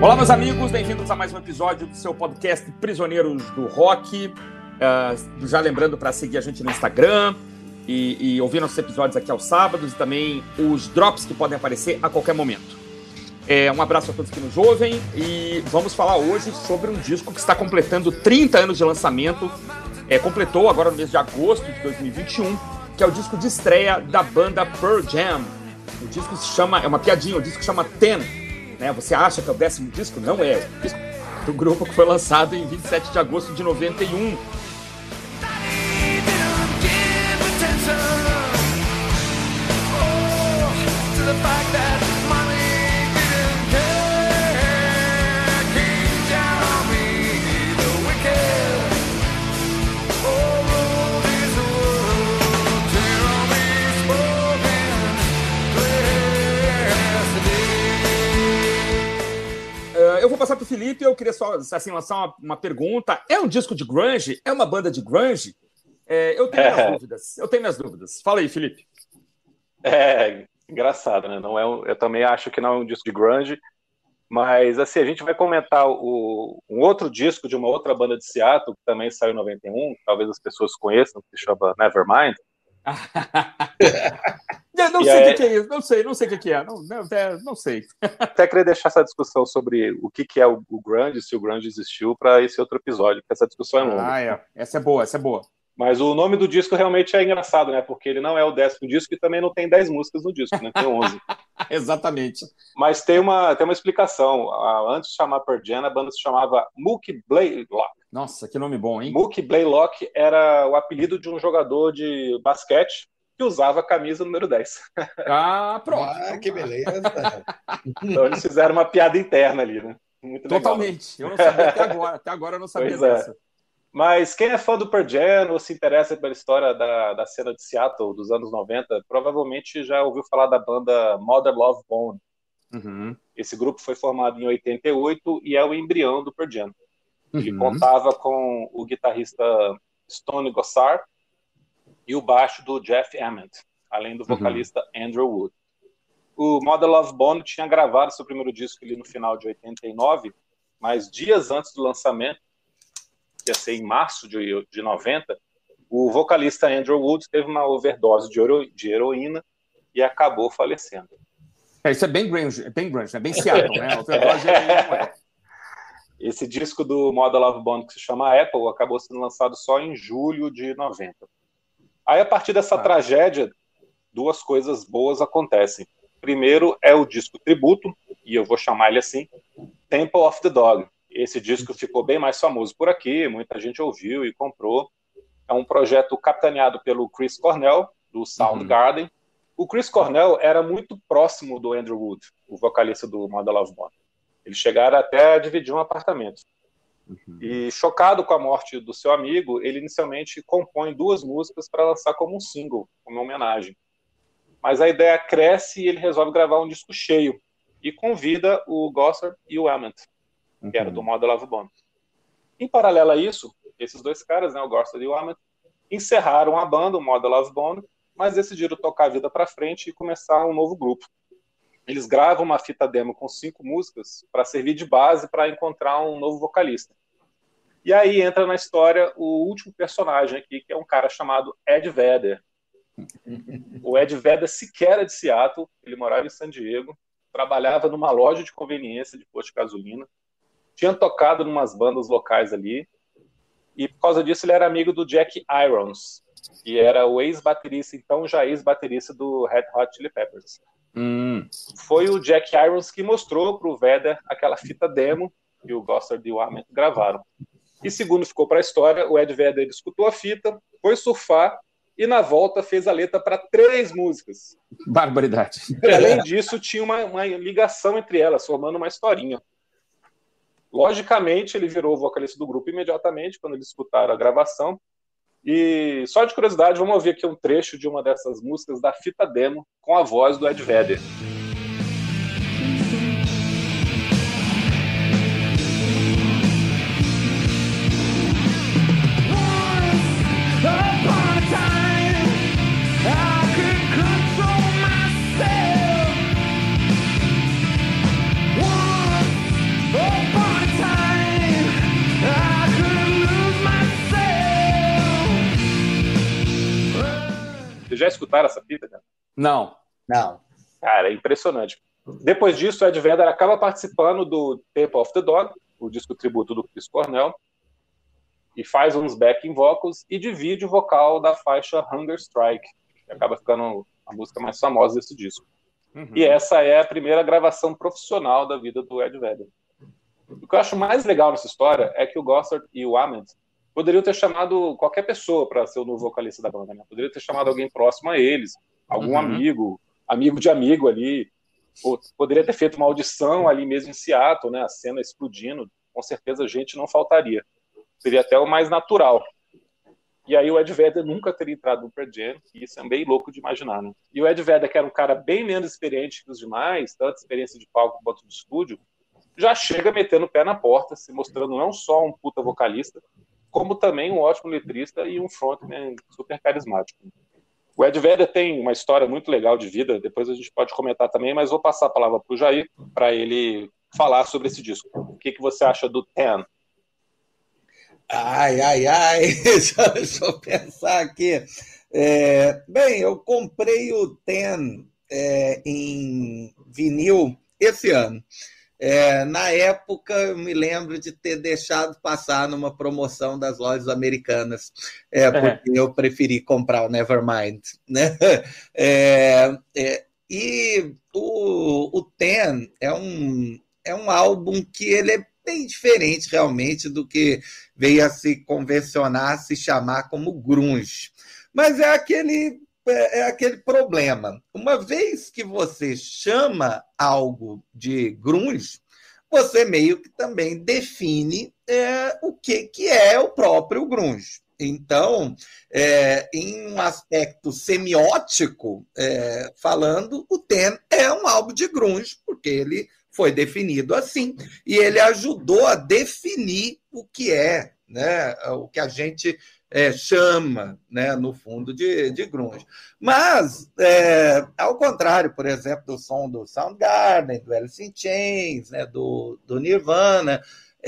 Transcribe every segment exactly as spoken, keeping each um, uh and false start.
Olá, meus amigos, bem-vindos a mais um episódio do seu podcast Prisioneiros do Rock. Uh, já lembrando para seguir a gente no Instagram e, e ouvir nossos episódios aqui aos sábados e também os drops que podem aparecer a qualquer momento. É, um abraço a todos que nos ouvem e vamos falar hoje sobre um disco que está completando trinta anos de lançamento. É, completou agora no mês de agosto de dois mil e vinte e um, que é o disco de estreia da banda Pearl Jam. O disco se chama, é uma piadinha, o disco se chama Ten. Né? Você acha que é o décimo disco? Não é. O disco do grupo que foi lançado em vinte e sete de agosto de noventa e um. Eu vou passar para o Felipe, eu queria só assim, lançar uma, uma pergunta. É um disco de grunge? É uma banda de grunge? É, eu tenho minhas é. dúvidas. Eu tenho minhas dúvidas. Fala aí, Felipe. É engraçado, né? Não é um, eu também acho que não é um disco de grunge, mas assim, a gente vai comentar o, um outro disco de uma outra banda de Seattle, que também saiu em noventa e um, talvez as pessoas conheçam, que se chama Nevermind. Não e sei o aí, que, que é isso, não sei, não sei o que, que é, não, não, não sei. Até queria deixar essa discussão sobre o que, que é o, o grunge, se o grunge existiu, para esse outro episódio, porque essa discussão é longa. Ah, é. Essa é boa, essa é boa. Mas o nome do disco realmente é engraçado, né? Porque ele não é o décimo disco e também não tem dez músicas no disco, né? Tem onze. Exatamente. Mas tem uma, tem uma explicação. Antes de chamar Pearl Jam, a banda se chamava Mookie Blaylock. Nossa, que nome bom, hein? Mookie Blaylock era o apelido de um jogador de basquete que usava a camisa número dez. Ah, pronto. Ah, que beleza. Então eles fizeram uma piada interna ali, né? Muito Totalmente. legal. Eu não sabia até agora. Até agora eu não sabia pois dessa. É. Mas quem é fã do Pearl Jam ou se interessa pela história da, da cena de Seattle dos anos noventa, provavelmente já ouviu falar da banda Mother Love Bone. Uhum. Esse grupo foi formado em oitenta e oito e é o embrião do Pearl Jam. Ele uhum. contava com o guitarrista Stone Gossard e o baixo do Jeff Ament, além do vocalista uhum. Andrew Wood. O Mother Love Bone tinha gravado seu primeiro disco ali no final de oitenta e nove, mas dias antes do lançamento, que ia ser em março de, de noventa, o vocalista Andrew Wood teve uma overdose de, hero, de heroína e acabou falecendo. É, isso é bem grunge, é bem grunge, é bem Seattle, né? Overdose de heroína. Esse disco do Mother Love Bone, que se chama Apple, acabou sendo lançado só em julho de noventa. Aí, a partir dessa ah. tragédia, duas coisas boas acontecem. Primeiro é o disco tributo, e eu vou chamar ele assim, Temple of the Dog. Esse disco ficou bem mais famoso por aqui, muita gente ouviu e comprou. É um projeto capitaneado pelo Chris Cornell, do Soundgarden. Uhum. O Chris Cornell era muito próximo do Andrew Wood, o vocalista do Mother Love Bone. Eles chegaram até a dividir um apartamento. Uhum. E chocado com a morte do seu amigo, ele inicialmente compõe duas músicas para lançar como um single, como uma homenagem. Mas a ideia cresce e ele resolve gravar um disco cheio e convida o Gossard e o Ament, uhum. que era do Mother Love Bone. Em paralelo a isso, esses dois caras, né, o Gossard e o Ament, encerraram a banda, o Mother Love Bone, mas decidiram tocar a vida para frente e começar um novo grupo. Eles gravam uma fita demo com cinco músicas para servir de base para encontrar um novo vocalista. E aí entra na história o último personagem aqui, que é um cara chamado Ed Vedder. O Ed Vedder sequer era de Seattle, ele morava em San Diego, trabalhava numa loja de conveniência de posto de gasolina, tinha tocado em umas bandas locais ali, e por causa disso ele era amigo do Jack Irons, que era o ex-baterista, então já ex-baterista do Red Hot Chili Peppers. Hum. Foi o Jack Irons que mostrou para o Vedder aquela fita demo que o Gossard e o Ament gravaram. E segundo ficou para a história, o Ed Vedder escutou a fita, foi surfar e na volta fez a letra para três músicas. Barbaridade. E, além disso, tinha uma, uma ligação entre elas, formando uma historinha. Logicamente, ele virou o vocalista do grupo imediatamente quando eles escutaram a gravação. E só de curiosidade, vamos ouvir aqui um trecho de uma dessas músicas da fita demo com a voz do Ed Vedder. escutaram essa fita, cara? Não. Não. Cara, é impressionante. Depois disso, o Ed Vedder acaba participando do Temple of the Dog, o disco tributo do Chris Cornell, e faz uns backing vocals e divide o vocal da faixa Hunger Strike, que acaba ficando a música mais famosa desse disco. Uhum. E essa é a primeira gravação profissional da vida do Ed Vedder. O que eu acho mais legal nessa história é que o Gossard e o Ament poderiam ter chamado qualquer pessoa para ser o novo vocalista da banda, né? Poderiam ter chamado alguém próximo a eles, algum uhum. amigo, amigo de amigo ali. Ou poderia ter feito uma audição ali mesmo em Seattle, né? A cena explodindo, com certeza a gente não faltaria. Seria até o mais natural. E aí o Ed Vedder nunca teria entrado no Pearl Jam, e isso é bem louco de imaginar, né? E o Ed Vedder, que era um cara bem menos experiente que os demais, tanto experiência de palco quanto de estúdio, já chega metendo o pé na porta, se mostrando não só um puta vocalista, como também um ótimo letrista e um frontman super carismático. O Ed Vedder tem uma história muito legal de vida, depois a gente pode comentar também, mas vou passar a palavra para o Jair, para ele falar sobre esse disco. O que, que você acha do Ten? Ai, ai, ai, deixa eu pensar aqui. É, bem, eu comprei o Ten é, em vinil esse ano. É, na época, eu me lembro de ter deixado passar numa promoção das lojas americanas, é, porque é. eu preferi comprar o Nevermind, né? É, é, e o, o Ten é um, é um álbum que ele é bem diferente, realmente, do que veio a se convencionar, a se chamar como grunge. Mas é aquele... é aquele problema. Uma vez que você chama algo de grunge, você meio que também define é, o que, que é o próprio grunge. Então, é, em um aspecto semiótico, é, falando, o Ten é um álbum de grunge, porque ele foi definido assim, e ele ajudou a definir o que é, né, o que a gente... É, chama, né, no fundo, de, de grunge. Mas, é, ao contrário, por exemplo, do som do Soundgarden, do Alice in Chains, né, do, do Nirvana,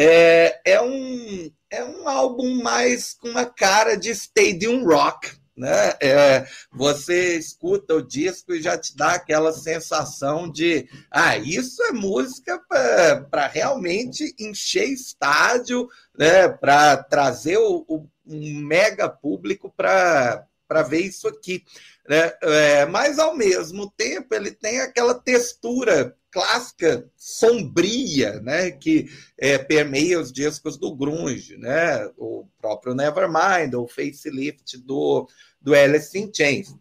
é, é, um, é um álbum mais com uma cara de stadium rock, né? É, você escuta o disco e já te dá aquela sensação de ah, isso é música para realmente encher estádio, né? Para trazer o, o, um mega público para ver isso aqui, né? É, mas, ao mesmo tempo, ele tem aquela textura clássica, sombria, né, que é, permeia os discos do grunge, né, o próprio Nevermind, o Facelift do, do Alice in Chains.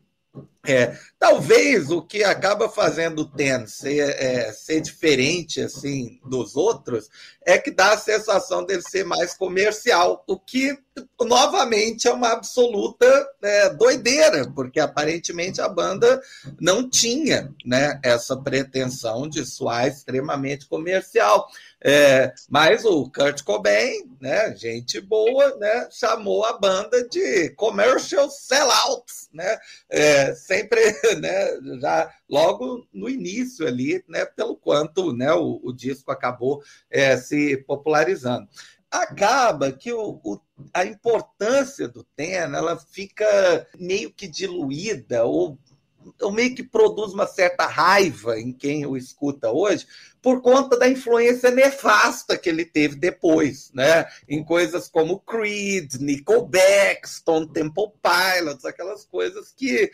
É, talvez o que acaba fazendo o Ten ser, é, ser diferente assim, dos outros é que dá a sensação dele ser mais comercial, o que, novamente, é uma absoluta é, doideira, porque aparentemente a banda não tinha, né, essa pretensão de soar extremamente comercial. É, mas o Kurt Cobain, né, gente boa, né, chamou a banda de commercial sellouts, né, é, sempre, né, já logo no início ali, né, pelo quanto, né, o, o disco acabou é, se popularizando. Acaba que o, o, a importância do Ten, ela fica meio que diluída ou, ou meio que produz uma certa raiva em quem o escuta hoje, por conta da influência nefasta que ele teve depois, né? Em coisas como Creed, Nickelback, Stone Temple Pilots, aquelas coisas que,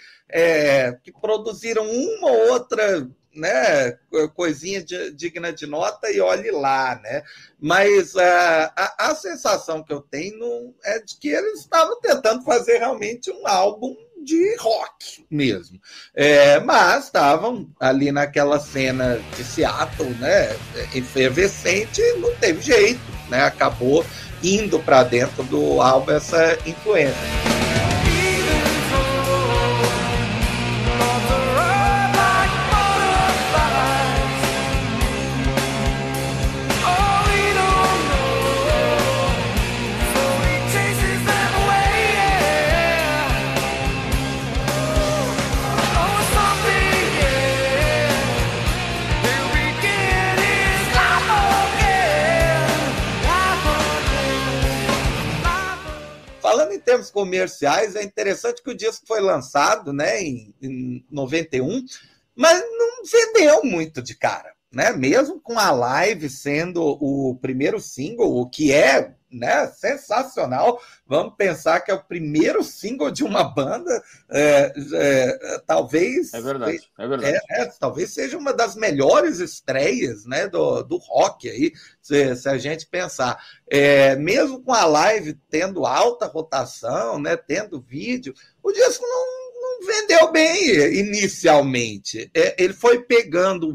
é, que produziram uma ou outra, né, coisinha de, digna de nota e olhe lá, né? Mas a, a, a sensação que eu tenho é de que eles estavam tentando fazer realmente um álbum de rock mesmo. É, mas estavam ali naquela cena de Seattle, né, efervescente, não teve jeito, né? Acabou indo para dentro do álbum essa influência. Falando em termos comerciais. É interessante que o disco foi lançado, né, em, em noventa e um, mas não vendeu muito de cara, né? Mesmo com a Live sendo o primeiro single, o que é, né, sensacional. Vamos pensar que é o primeiro single de uma banda, é, é, talvez é verdade, é verdade. É, é, talvez seja uma das melhores estreias, né, do, do rock aí, se, se a gente pensar. É, mesmo com a Live tendo alta rotação, né, tendo vídeo, o disco não vendeu bem inicialmente. É, ele foi pegando,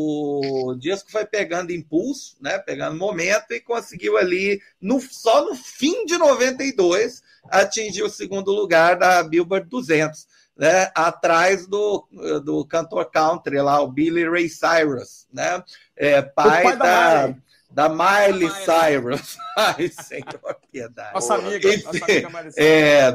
o disco foi pegando impulso, né, pegando momento, e conseguiu ali, no, só no fim de noventa e dois, atingir o segundo lugar da Billboard duzentos, né, atrás do, do cantor country lá, o Billy Ray Cyrus, né, é, pai, pai da... da Da Miley Cyrus. Ai, Senhor, piedade. Nossa amiga, Enfim, nossa amiga Miley Cyrus. É,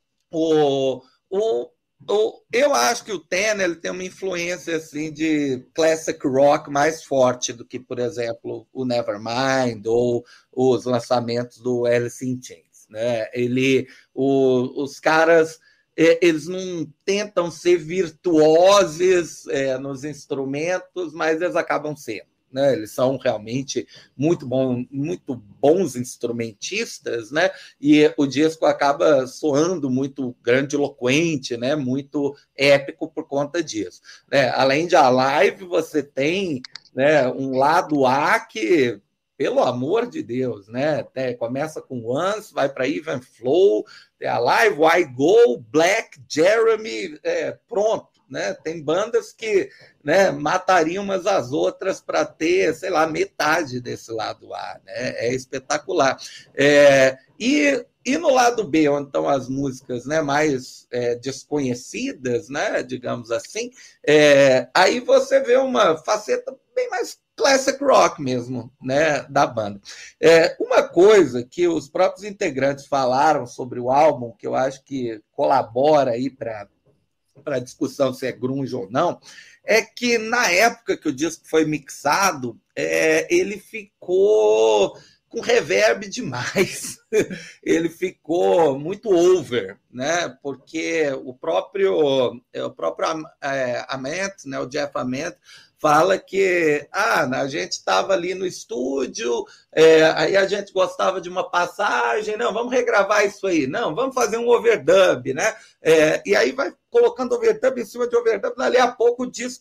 o, o, o, eu acho que o Ten, ele tem uma influência assim, de classic rock mais forte do que, por exemplo, o Nevermind ou os lançamentos do Alice in Chains, né? Ele, o, os caras... eles não tentam ser virtuosos é, nos instrumentos, mas eles acabam sendo. Né? Eles são realmente muito, bom, muito bons instrumentistas, né? E o disco acaba soando muito grandiloquente, né? Muito épico por conta disso. Né? Além de a Live, você tem, né, um lado A que, pelo amor de Deus, né? Até começa com Once, vai para Even Flow, tem a Live, Why Go, Black, Jeremy, é, pronto. Né? Tem bandas que, né, matariam umas às outras para ter, sei lá, metade desse lado A. Né? É espetacular. É, e, e no lado B, onde estão as músicas, né, mais é, desconhecidas, né, digamos assim, é, aí você vê uma faceta bem mais classic rock mesmo, né, da banda. É, uma coisa que os próprios integrantes falaram sobre o álbum, que eu acho que colabora aí para para a discussão se é grunge ou não, é que na época que o disco foi mixado, é, ele ficou com reverb demais. Ele ficou muito over, né? Porque o próprio, o próprio é, Ament, né, o Jeff Ament, fala que ah, a gente estava ali no estúdio, é, aí a gente gostava de uma passagem, não, vamos regravar isso aí, não, vamos fazer um overdub, né? É, e aí vai colocando overdub em cima de overdub, dali a pouco o disco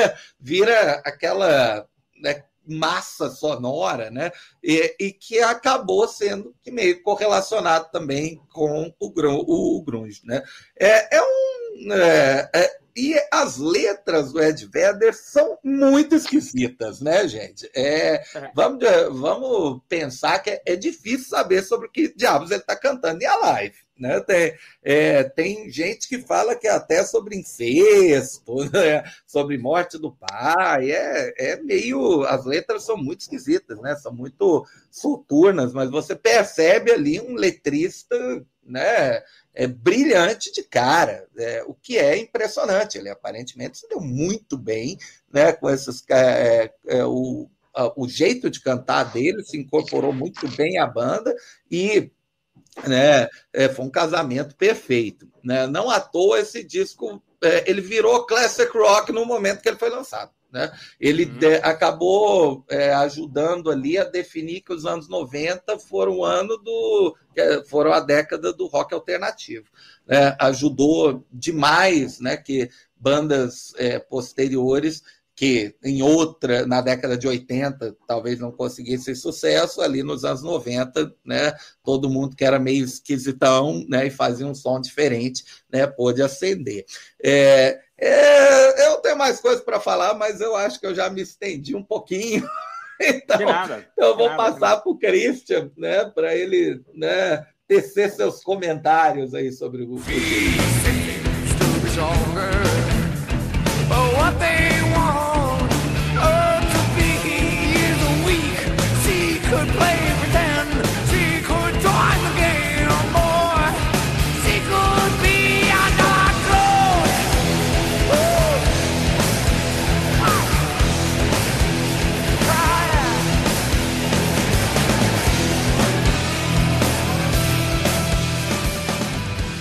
vira aquela, né, massa sonora, né? E, e que acabou sendo que meio correlacionado também com o, o, o grunge, né? É, é um... É, é, e as letras do Ed Vedder são muito esquisitas, né, gente? É, vamos, vamos pensar que é, é difícil saber sobre o que diabos ele está cantando em A Live. Né? Tem, é, tem gente que fala que é até sobre incesto, né? Sobre morte do pai. É, é meio. As letras são muito esquisitas, né? São muito soturnas, mas você percebe ali um letrista, né? É brilhante de cara, é, o que é impressionante. Ele aparentemente se deu muito bem, né, com esses, é, é, o, a, o jeito de cantar dele se incorporou muito bem à banda e, né, é, foi um casamento perfeito. Né? Não à toa esse disco é, ele virou classic rock no momento que ele foi lançado. Né? Ele uhum. de, acabou é, ajudando ali a definir que os anos noventa foram o ano do foram a década do rock alternativo. Né? Ajudou demais, né, que bandas é, posteriores que em outra, na década de oitenta, talvez não conseguissem sucesso, ali nos anos noventa, né, todo mundo que era meio esquisitão, né, e fazia um som diferente, né, pôde acender. É, é, eu tenho mais coisas para falar, mas eu acho que eu já me estendi um pouquinho. Então, nada, eu vou nada, passar para o Christian, né, para ele, né, tecer seus comentários aí sobre o filme.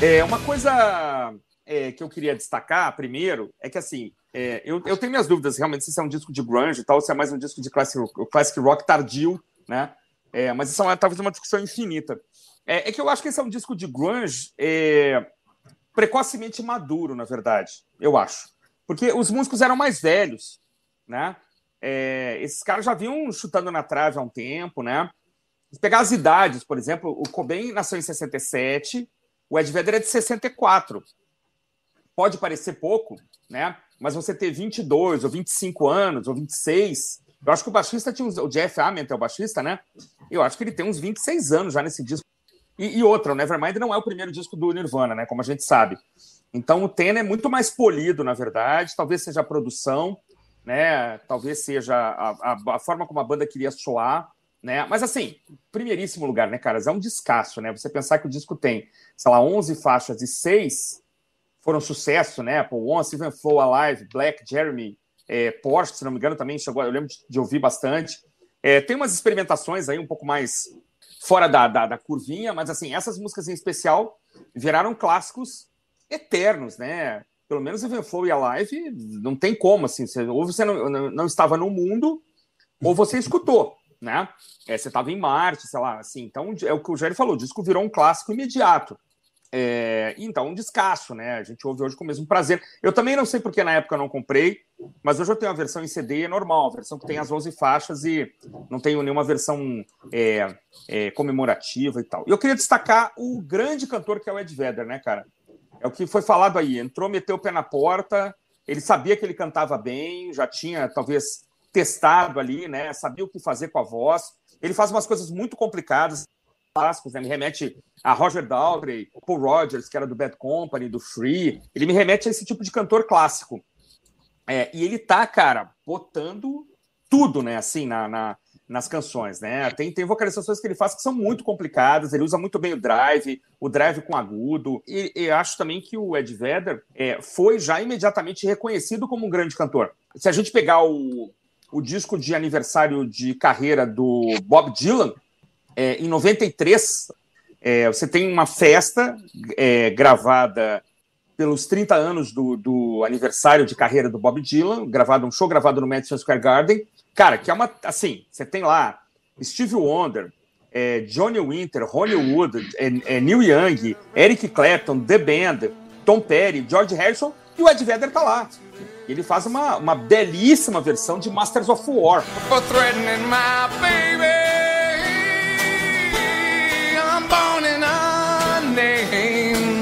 É, uma coisa é, que eu queria destacar primeiro é que, assim, é, eu, eu tenho minhas dúvidas realmente se isso é um disco de grunge e tal, ou se é mais um disco de classic, classic rock tardio, né? É, mas isso é uma, talvez uma discussão infinita. É, é que eu acho que esse é um disco de grunge é, precocemente maduro, na verdade, eu acho. Porque os músicos eram mais velhos, né? É, esses caras já vinham chutando na trave há um tempo, né? Se pegar as idades, por exemplo, o Cobain nasceu em sessenta e sete, o Ed Vedder é de sessenta e quatro. Pode parecer pouco, né? Mas você ter vinte e dois, ou vinte e cinco anos, ou vinte e seis... Eu acho que o baixista tinha uns... O Jeff Ament é o baixista, né? Eu acho que ele tem uns vinte e seis anos já nesse disco. E, e outra, o Nevermind não é o primeiro disco do Nirvana, né? Como a gente sabe. Então o Ten é muito mais polido, na verdade. Talvez seja a produção, né? Talvez seja a, a, a forma como a banda queria soar, né? Mas assim, primeiríssimo lugar, né, caras? É um descasso, né? Você pensar que o disco tem, sei lá, onze faixas e seis foram sucesso, né? Paul Once, Even Flow, Alive, Black, Jeremy, é, Porsche, se não me engano, também chegou. Eu lembro de, de ouvir bastante. É, tem umas experimentações aí um pouco mais fora da, da, da curvinha, mas assim, essas músicas em especial viraram clássicos eternos, né? Pelo menos Even Flow e Alive não tem como, assim, você, ou você não, não, não estava no mundo, ou você escutou, né? É, você estava em Marte, sei lá, assim. Então, é o que o Jair falou, o disco virou um clássico imediato. É, então, um descasso, né? A gente ouve hoje com o mesmo prazer. Eu também não sei porque na época eu não comprei, mas hoje eu tenho a versão em C D normal, a versão que tem as onze faixas e não tenho nenhuma versão é, é, comemorativa e tal. E eu queria destacar o grande cantor que é o Ed Vedder, né, cara? É o que foi falado aí. Entrou, meteu o pé na porta, ele sabia que ele cantava bem, já tinha, talvez, testado ali, né? Sabia o que fazer com a voz. Ele faz umas coisas muito complicadas, clássicos, né? Me remete a Roger Daltrey, Paul Rodgers, que era do Bad Company, do Free. Ele me remete a esse tipo de cantor clássico. É, e ele tá, cara, botando tudo, né, assim, na, na, nas canções, né? Tem, tem vocalizações que ele faz que são muito complicadas, ele usa muito bem o drive, o drive com agudo. E, e acho também que o Ed Vedder é, foi já imediatamente reconhecido como um grande cantor. Se a gente pegar o, o disco de aniversário de carreira do Bob Dylan, é, em noventa e três, é, você tem uma festa é, gravada pelos trinta anos do, do aniversário de carreira do Bob Dylan, gravado, um show gravado no Madison Square Garden. Cara, que é uma, assim, você tem lá Stevie Wonder, é, Johnny Winter, Ronnie Wood, é, é, Neil Young, Eric Clapton, The Band, Tom Petty, George Harrison, e o Ed Vedder tá lá. Ele faz uma, uma belíssima versão de Masters of War. For threatening my baby, I'm born in a name.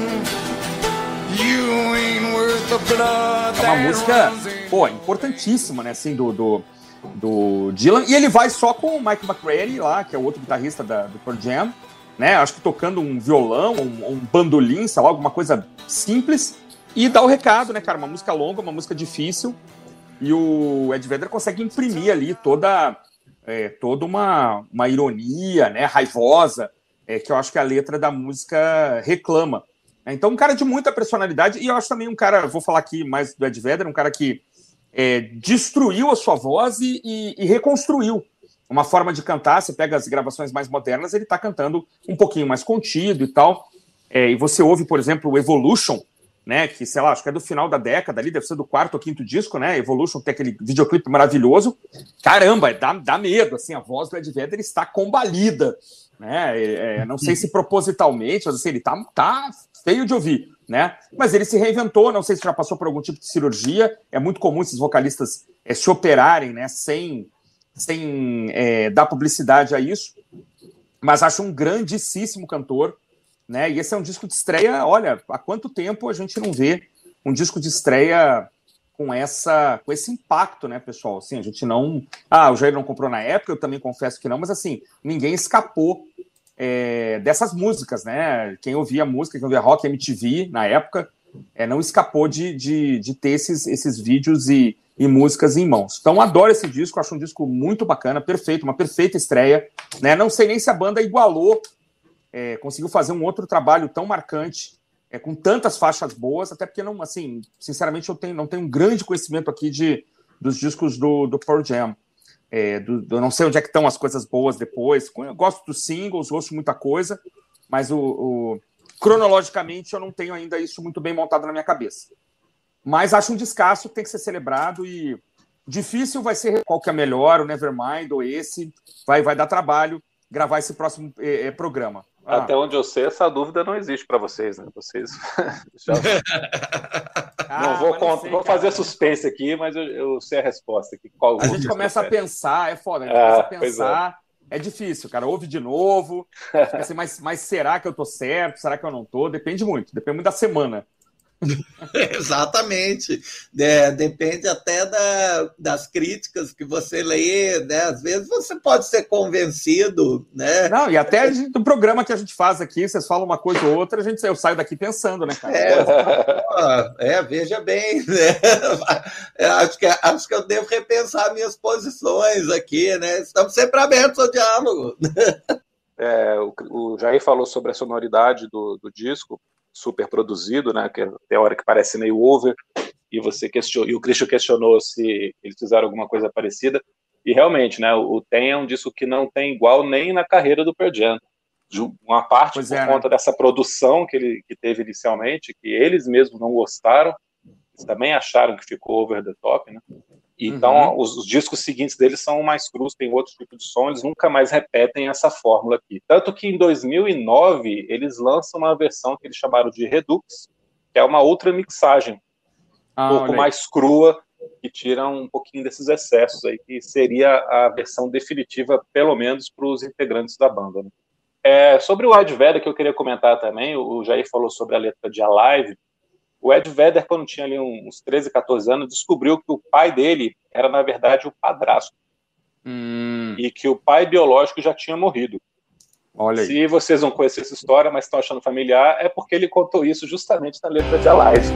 É uma música, pô, importantíssima, né, assim, do, do, do Dylan. E ele vai só com o Mike McCready lá, que é o outro guitarrista da, do Pearl Jam, né, acho que tocando um violão, um, um bandolim, sei lá, alguma coisa simples, e dá o recado, né, cara, uma música longa, uma música difícil, e o Ed Vedder consegue imprimir ali toda, é, toda uma, uma ironia, né, raivosa, é, que eu acho que a letra da música reclama. Então, um cara de muita personalidade, e eu acho também um cara, vou falar aqui mais do Ed Vedder, um cara que é, destruiu a sua voz e, e, e reconstruiu uma forma de cantar. Você pega as gravações mais modernas, ele está cantando um pouquinho mais contido e tal. É, e você ouve, por exemplo, o Evolution, né, que, sei lá, acho que é do final da década ali, deve ser do quarto ou quinto disco, né? Evolution tem aquele videoclipe maravilhoso. Caramba, dá, dá medo, assim, a voz do Ed Vedder está combalida, né? É, é, não sei se propositalmente, mas assim, ele tá, tá feio de ouvir, né? Mas ele se reinventou, não sei se já passou por algum tipo de cirurgia. É muito comum esses vocalistas é, se operarem, né, sem, sem é, dar publicidade a isso, mas acho um grandíssimo cantor, né? E esse é um disco de estreia, olha, há quanto tempo a gente não vê um disco de estreia com, essa, com esse impacto, né, pessoal? Assim, a gente não... Ah, o Jair não comprou na época, eu também confesso que não, mas assim, ninguém escapou é, dessas músicas, né? Quem ouvia música, quem ouvia rock, M T V na época, é, não escapou de, de, de ter esses, esses vídeos e, e músicas em mãos. Então, adoro esse disco, acho um disco muito bacana, perfeito, uma perfeita estreia, né? Não sei nem se a banda igualou, é, conseguiu fazer um outro trabalho tão marcante, é, com tantas faixas boas, até porque, não, assim, sinceramente, eu tenho, não tenho um grande conhecimento aqui de, dos discos do, do Pearl Jam. É, do, do, eu não sei onde é que estão as coisas boas depois. Eu gosto dos singles, gosto de muita coisa, mas o, o, cronologicamente, eu não tenho ainda isso muito bem montado na minha cabeça. Mas acho um descasso que tem que ser celebrado e difícil vai ser qual que é melhor, o Nevermind ou esse. Vai, vai dar trabalho gravar esse próximo é, é, programa. Ah. Até onde eu sei, essa dúvida não existe para vocês, né? Vocês já... ah, não vou, não sei, vou fazer suspense aqui, mas eu, eu sei a resposta aqui. Qual a gente começa a pensar, é foda, a gente ah, começa a pensar, é. é difícil, cara. Ouve de novo, fica assim, mas, mas será que eu tô certo? Será que eu não tô? Depende muito, depende muito da semana. Exatamente, é, depende até da, das críticas que você lê, né? Às vezes você pode ser convencido, né? Não, e até do programa que a gente faz aqui, vocês falam uma coisa ou outra, a gente, eu saio daqui pensando, né, cara? É, é veja bem, né? acho, que, acho que eu devo repensar minhas posições aqui, né? Estamos sempre abertos ao diálogo. É, o, o Jair falou sobre a sonoridade do, do disco, super produzido, né, que tem hora que parece meio over, e você questionou, e o Christian questionou se eles fizeram alguma coisa parecida, e realmente, né, o Ten é um disco que não tem igual nem na carreira do Pearl Jam. Uma parte pois por é, conta né? dessa produção que ele que teve inicialmente, que eles mesmos não gostaram, eles também acharam que ficou over the top, né? Então, uhum. os, os discos seguintes deles são mais crus, tem outro tipo de som, eles nunca mais repetem essa fórmula aqui. Tanto que em dois mil e nove, eles lançam uma versão que eles chamaram de Redux, que é uma outra mixagem, ah, um pouco mais crua, que tira um pouquinho desses excessos aí, que seria a versão definitiva, pelo menos, para os integrantes da banda, né? É, sobre o Ed Vedder, que eu queria comentar também, o Jair falou sobre a letra de Alive. O Ed Vedder, quando tinha ali uns treze, quatorze anos, descobriu que o pai dele era, na verdade, o padrasto. Hum. E que o pai biológico já tinha morrido. Olha aí. Se vocês não conhecem essa história, mas estão achando familiar, é porque ele contou isso justamente na letra de Alive.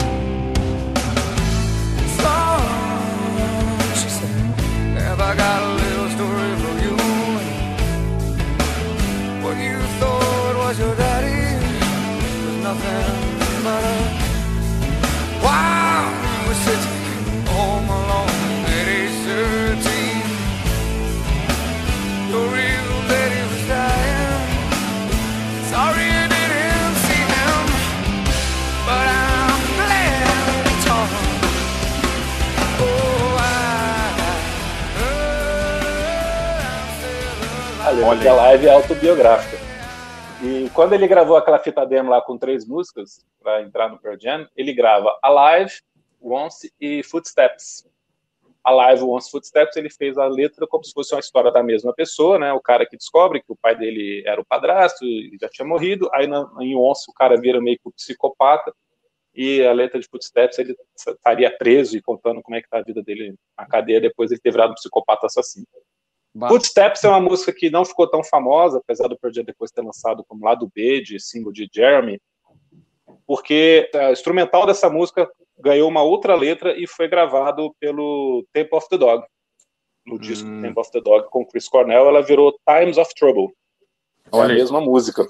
A letra de Alive é autobiográfica. E quando ele gravou aquela fita demo lá com três músicas para entrar no Pearl Jam, ele grava Alive, Once e Footsteps. Alive, Once, Footsteps, ele fez a letra como se fosse uma história da mesma pessoa, né? O cara que descobre que o pai dele era o padrasto e já tinha morrido. Aí na, em Once o cara vira meio que um psicopata. E a letra de Footsteps ele estaria preso e contando como é que tá a vida dele na cadeia depois de ele ter virado um psicopata assassino. Bah. Footsteps é uma música que não ficou tão famosa, apesar do Pearl Jam depois ter lançado como lado B de single de Jeremy, porque a instrumental dessa música ganhou uma outra letra e foi gravado pelo Temple of the Dog. No disco hum. Temple of the Dog com Chris Cornell, ela virou Times of Trouble. Olha, é a mesma música.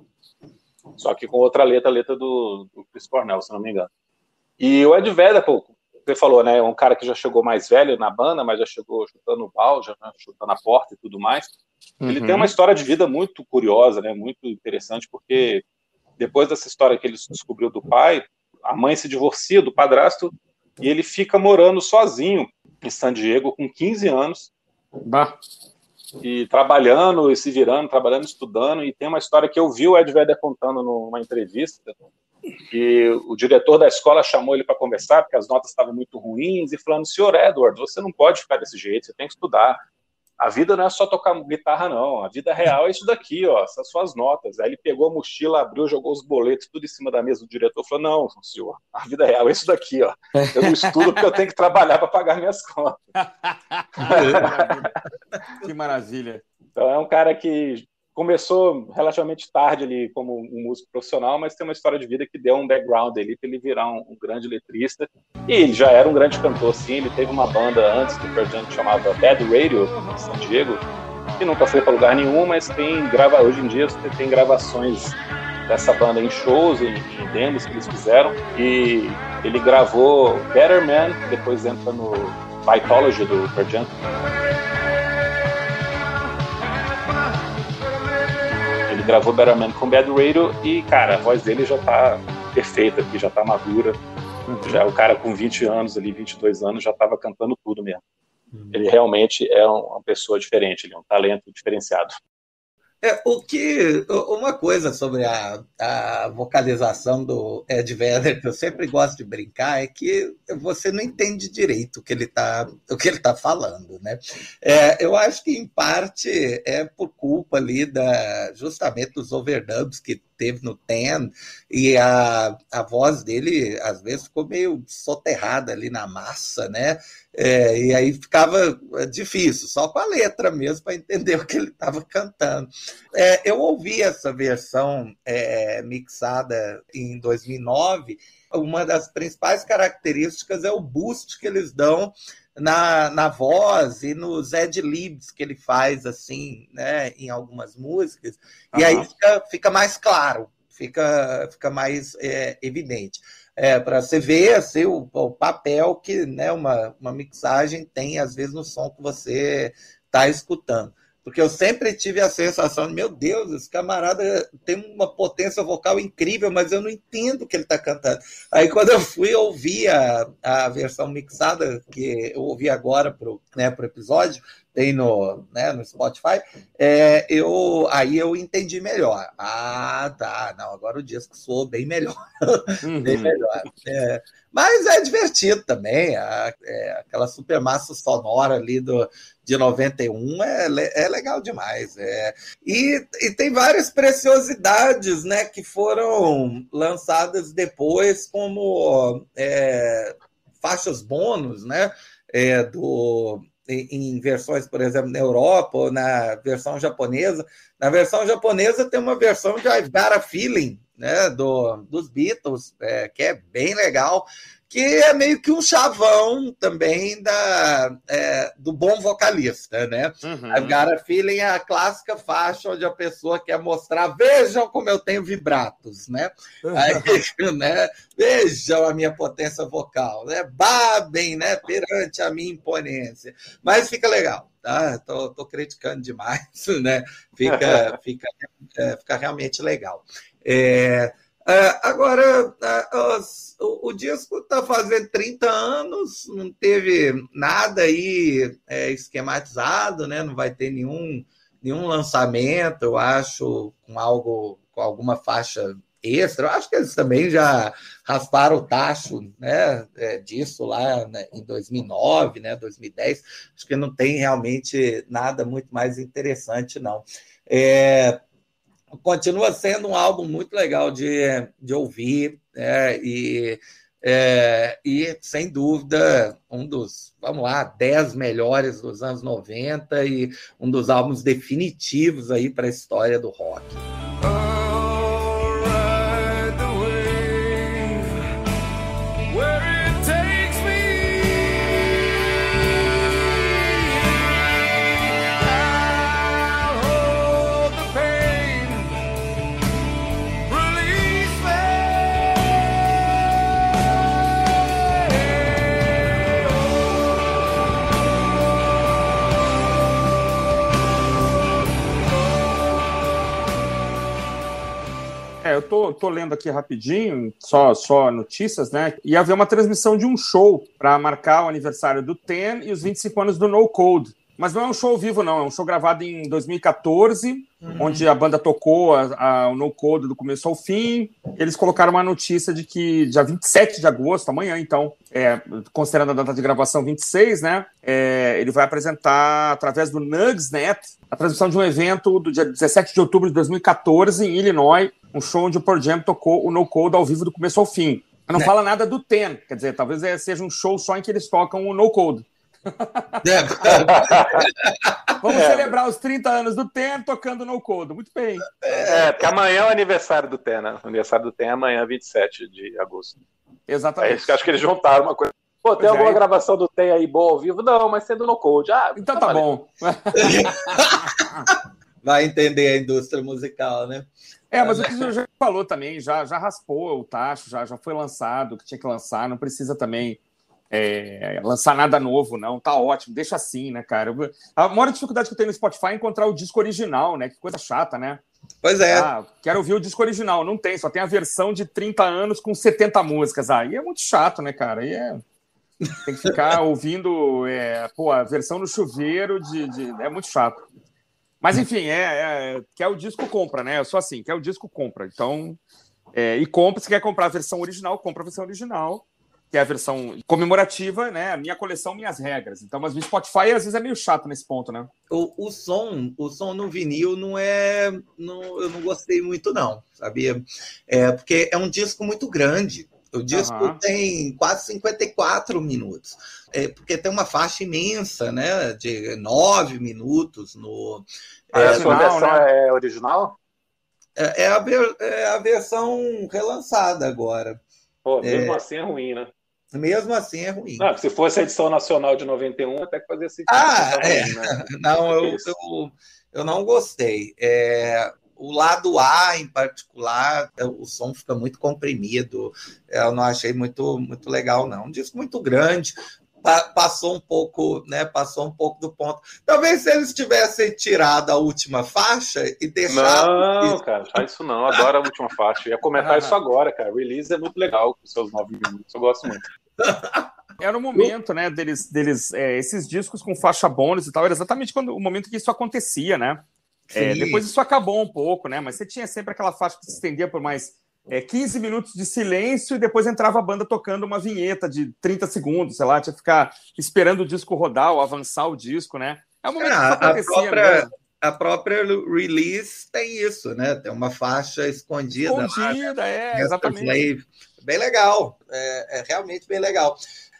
Só que com outra letra, a letra do, do Chris Cornell, se não me engano. E o Ed Vedder, pô, você falou, né, um cara que já chegou mais velho na banda, mas já chegou chutando o balde, né, chutando a porta e tudo mais. Uhum. Ele tem uma história de vida muito curiosa, né, muito interessante, porque depois dessa história que ele descobriu do pai, a mãe se divorcia do padrasto e ele fica morando sozinho em San Diego com quinze anos. Bah. E trabalhando e se virando, trabalhando, estudando. E tem uma história que eu vi o Ed Vedder contando numa entrevista, que o diretor da escola chamou ele para conversar, porque as notas estavam muito ruins, e falando, senhor Edward, você não pode ficar desse jeito, você tem que estudar. A vida não é só tocar guitarra, não. A vida real é isso daqui, ó, essas suas notas. Aí ele pegou a mochila, abriu, jogou os boletos, tudo em cima da mesa do diretor, falou, não, senhor, a vida real é isso daqui, ó. Eu não estudo porque eu tenho que trabalhar para pagar minhas contas. Que maravilha. Então é um cara que começou relativamente tarde ali como um músico profissional, mas tem uma história de vida que deu um background ali para ele virar um, um grande letrista. E ele já era um grande cantor, sim. Ele teve uma banda antes do Pearl Jam que chamava Bad Radio, em San Diego, que nunca foi para lugar nenhum, mas tem grava... hoje em dia você tem gravações dessa banda em shows, em, em demos que eles fizeram. E ele gravou Better Man, que depois entra no Vitology do Pearl Jam. Ele gravou Better Man com Bad Radio e, cara, a voz dele já tá perfeita aqui, já tá madura. Uhum. Já é o cara com vinte anos ali, vinte e dois anos, já tava cantando tudo mesmo. Uhum. Ele realmente é uma pessoa diferente, ele é um talento diferenciado. É, o que, uma coisa sobre a, a vocalização do Ed Vedder, que eu sempre gosto de brincar, é que você não entende direito o que ele está o que ele tá falando, né? É, eu acho que, em parte, é por culpa ali da, justamente dos overdubs que teve no Ten, e a, a voz dele, às vezes, ficou meio soterrada ali na massa, né? É, e aí ficava difícil, só com a letra mesmo, para entender o que ele estava cantando. É, eu ouvi essa versão é, mixada em dois mil e nove. Uma das principais características é o boost que eles dão na, na voz e nos ad-libs que ele faz assim, né, em algumas músicas, uhum. E aí fica, fica mais claro, fica, fica mais é, evidente. É, para você ver assim, o, o papel que, né, uma, uma mixagem tem, às vezes, no som que você está escutando. Porque eu sempre tive a sensação de, meu Deus, esse camarada tem uma potência vocal incrível, mas eu não entendo o que ele está cantando. Aí, quando eu fui ouvir a, a versão mixada, que eu ouvi agora para o né, pro episódio, tem no, né, no Spotify, é, eu, aí eu entendi melhor. Ah, tá, não, agora o disco soou bem melhor. Uhum. Bem melhor. É, mas é divertido também, a, é, aquela super massa sonora ali do, de noventa e um é, é legal demais. É. E, e tem várias preciosidades, né, que foram lançadas depois como é, faixas bônus, né, é, do... em versões, por exemplo, na Europa ou na versão japonesa. Na versão japonesa tem uma versão de I've Got a Feeling, né, do, dos Beatles, é, que é bem legal, que é meio que um chavão também da, é, do bom vocalista, né? Uhum. I've Got a Feeling é a clássica faixa onde a pessoa quer mostrar, vejam como eu tenho vibratos, né? Uhum. Aí, né? Vejam a minha potência vocal, né? Babem, né? Perante a minha imponência. Mas fica legal, tá? Tô, tô criticando demais, né? Fica, fica, é, fica realmente legal. É, é, agora, é, os, o, o disco está fazendo trinta anos, não teve nada aí é, esquematizado, né? Não vai ter nenhum, nenhum lançamento, eu acho, com algo, com alguma faixa extra. Eu acho que eles também já rasparam o tacho, né, é, disso lá, né, em dois mil e nove, né, dois mil e dez. Acho que não tem realmente nada muito mais interessante, não. É, continua sendo um álbum muito legal de, de ouvir, é, e, é, e, sem dúvida, um dos, vamos lá, dez melhores dos anos noventa e um dos álbuns definitivos aí para a história do rock. É, eu tô, tô lendo aqui rapidinho, só, só notícias, né? Ia haver uma transmissão de um show para marcar o aniversário do Ten e os vinte e cinco anos do No Code. Mas não é um show ao vivo, não. É um show gravado em dois mil e catorze, uhum. onde a banda tocou a, a, o No Code do começo ao fim. Eles colocaram uma notícia de que dia vinte e sete de agosto, amanhã, então, é, considerando a data de gravação vinte e seis, né? É, ele vai apresentar, através do Nugsnet, a transmissão de um evento do dia dezessete de outubro de dois mil e catorze, em Illinois, um show onde o Pearl Jam tocou o No Code ao vivo do começo ao fim. Não é. fala nada do Ten, quer dizer, talvez seja um show só em que eles tocam o No Code. É. Vamos é. celebrar os trinta anos do Ten tocando No Code. Muito bem. É, porque amanhã é o aniversário do Ten, né? O aniversário do Ten é amanhã, vinte e sete de agosto. Exatamente. É, acho que eles juntaram uma coisa. Pô, tem pois alguma é. gravação do Ten aí boa ao vivo? Não, mas sendo No Code. Ah, então tá, tá bom. Vai entender a indústria musical, né? É, mas o que o já falou também, já, já raspou o tacho, já, já foi lançado o que tinha que lançar, não precisa também é, lançar nada novo, não. Tá ótimo, deixa assim, né, cara? A maior dificuldade que eu tenho no Spotify é encontrar o disco original, né? Que coisa chata, né? Pois é. Ah, quero ouvir o disco original. Não tem, só tem a versão de trinta anos com setenta músicas. Aí é muito chato, né, cara? Aí é... Tem que ficar ouvindo é, pô, a versão no chuveiro de, de... É muito chato. Mas, enfim, é, é... quer o disco, compra, né? Eu sou assim, quer o disco, compra. Então, é... e compra, se quer comprar a versão original, compra a versão original, que é a versão comemorativa, né? Minha coleção, minhas regras. Então, mas o Spotify, às vezes, é meio chato nesse ponto, né? O, o som, o som no vinil não é... Não, eu não gostei muito, não, sabia? É, porque é um disco muito grande. O disco uhum. tem quase cinquenta e quatro minutos, é, porque tem uma faixa imensa, né, de nove minutos. No, ah, é, a sua versão né? é original? É, é, a, é a versão relançada agora. Pô, mesmo é, assim é ruim, né? Mesmo assim é ruim. Não, se fosse a edição nacional de noventa e um, até que fazia sentido. Ah, é. Ruim, né? Não, eu, eu, eu não gostei. É... O lado A, em particular, o som fica muito comprimido. Eu não achei muito, muito legal, não. Um disco muito grande, passou um pouco, né? Passou um pouco do ponto. Talvez se eles tivessem tirado a última faixa e deixado. Não, isso. Cara, faz isso não. Adoro a última faixa. Eu ia comentar isso agora, cara. O release é muito legal, com seus nove minutos. Eu gosto muito. Era o momento, né, deles, deles é, esses discos com faixa bônus e tal, era exatamente quando, o momento que isso acontecia, né? É, depois isso acabou um pouco, né? Mas você tinha sempre aquela faixa que se estendia por mais é, quinze minutos de silêncio e depois entrava a banda tocando uma vinheta de trinta segundos, sei lá, tinha que ficar esperando o disco rodar ou avançar o disco, né? É o momento é, que isso acontecia a própria, mesmo. A própria release tem isso, né? Tem uma faixa escondida. Escondida, lá, é, exatamente. Slave. Bem legal, é, é realmente bem legal.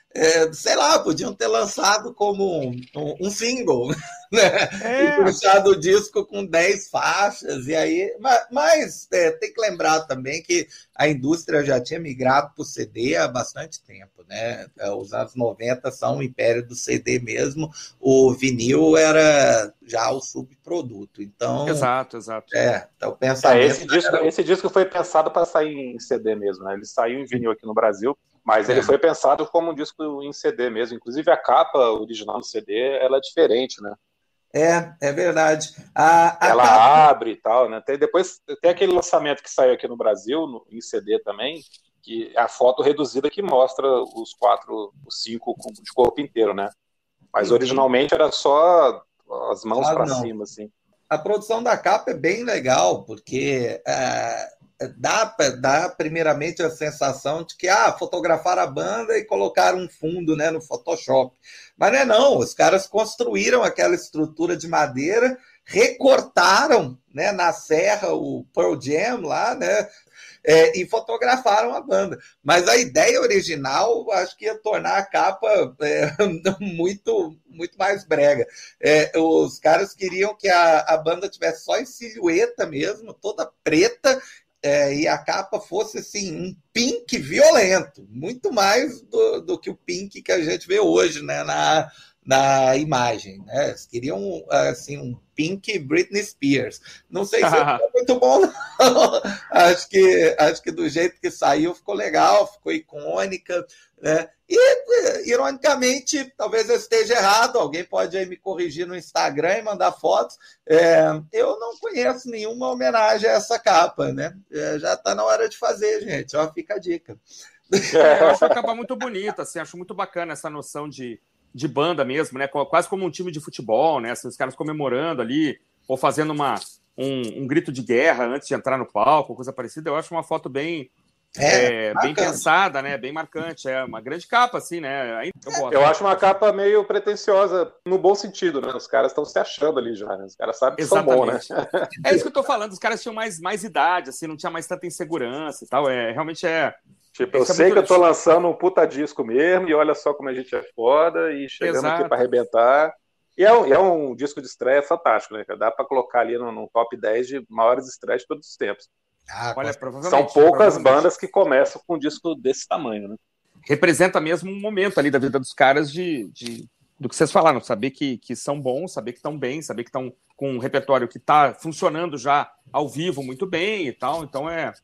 É, sei lá, podiam ter lançado como um, um, um single, né? É. E puxado o disco com dez faixas, e aí. Mas, mas é, tem que lembrar também que a indústria já tinha migrado para o C D há bastante tempo, né? Os anos noventa são o império do C D mesmo, o vinil era já o subproduto. Então. Exato, exato. É, então o pensamento. É, esse, disco, era... esse disco foi pensado para sair em C D mesmo, né? Ele saiu em vinil aqui no Brasil. Mas ele é. foi pensado como um disco em C D mesmo. Inclusive, a capa original do C D, ela é diferente, né? É, é verdade. A, a ela capa... abre e tal, né? Tem, depois tem aquele lançamento que saiu aqui no Brasil, no, em C D também, que é a foto reduzida que mostra os quatro, os cinco de corpo inteiro, né? Mas uhum. originalmente era só as mãos ah, para cima, assim. A produção da capa é bem legal, porque... Uh... Dá, dá primeiramente a sensação de que ah, fotografaram a banda e colocaram um fundo, né, no Photoshop. Mas não é não, os caras construíram aquela estrutura de madeira, recortaram, né, na serra o Pearl Jam lá, né, é, e fotografaram a banda. Mas a ideia original, acho que ia tornar a capa é, muito, muito mais brega. É, os caras queriam que a, a banda tivesse só em silhueta mesmo, toda preta, É, e a capa fosse assim, um pink violento, muito mais do, do que o pink que a gente vê hoje, né, na, na imagem. Né? Eles queriam assim, um pink Britney Spears. Não sei se ficou muito bom, não. acho, que, acho que do jeito que saiu ficou legal, ficou icônica. Né? E, ironicamente, talvez eu esteja errado, alguém pode aí me corrigir no Instagram e mandar fotos. É, eu não conheço nenhuma homenagem a essa capa, né? É, já está na hora de fazer, gente. Ó, fica a dica. É, eu acho a capa muito bonita, assim, acho muito bacana essa noção de, de banda mesmo, né? Quase como um time de futebol, né? Assim, os caras comemorando ali, ou fazendo uma, um, um grito de guerra antes de entrar no palco, coisa parecida. Eu acho uma foto bem. É, é, bem pensada, né? Bem marcante. É uma grande capa, assim, né? Eu, gosto. Eu acho uma capa meio pretensiosa, no bom sentido, né? Os caras estão se achando ali já, né? Os caras sabem que Exatamente. são bons, né? É isso que eu tô falando. Os caras tinham mais, mais idade, assim, não tinha mais tanta insegurança e tal. É, realmente é... Tipo, eu sei é que eu tô lançando um puta disco mesmo, e olha só como a gente é foda, e chegando Exato. aqui pra arrebentar. E é um, é um disco de estreia fantástico, né? Dá pra colocar ali no, no top dez de maiores estreias de todos os tempos. Ah, Olha, São poucas bandas que começam com um disco desse tamanho, né? Representa mesmo um momento ali da vida dos caras de, de do que vocês falaram, saber que, que são bons, saber que estão bem, saber que estão com um repertório que está funcionando já ao vivo muito bem e tal. Então é.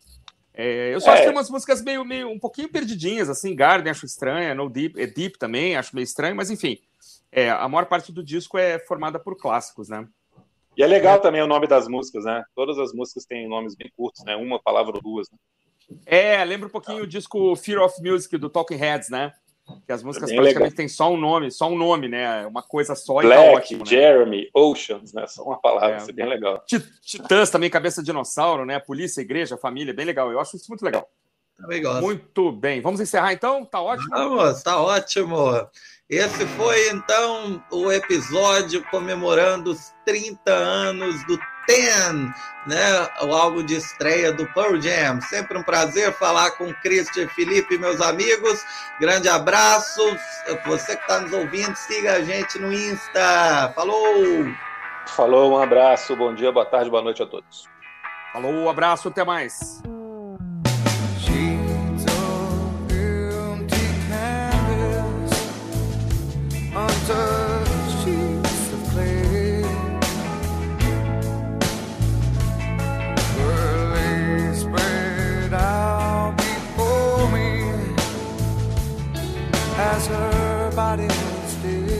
é eu só é. acho que tem umas músicas meio, meio um pouquinho perdidinhas, assim, Garden acho estranha, No Deep, é Deep também, acho meio estranho, mas enfim, é, a maior parte do disco é formada por clássicos, né? E é legal é. também o nome das músicas, né? Todas as músicas têm nomes bem curtos, né? Uma palavra ou duas, né? É, lembra um pouquinho ah. o disco Fear of Music, do Talking Heads, né? Que as músicas é praticamente têm só um nome, só um nome, né? Uma coisa só Black, e tá ótimo, né? Jeremy, Oceans, né? Só uma palavra, é. Isso é bem legal. Titãs também, Cabeça de Dinossauro, né? Polícia, Igreja, Família, bem legal. Eu acho isso muito legal. Também gosto. Muito bem. Vamos encerrar então? Tá ótimo? Vamos, tá ótimo. Esse foi, então, o episódio comemorando os trinta anos do Ten, né? O álbum de estreia do Pearl Jam. Sempre um prazer falar com Christian, Felipe, meus amigos. Grande abraço. Você que está nos ouvindo, siga a gente no Insta. Falou! Falou, um abraço. Bom dia, boa tarde, boa noite a todos. Falou, um abraço, até mais. Sheets of clay, her legs spread out before me as her body stayed.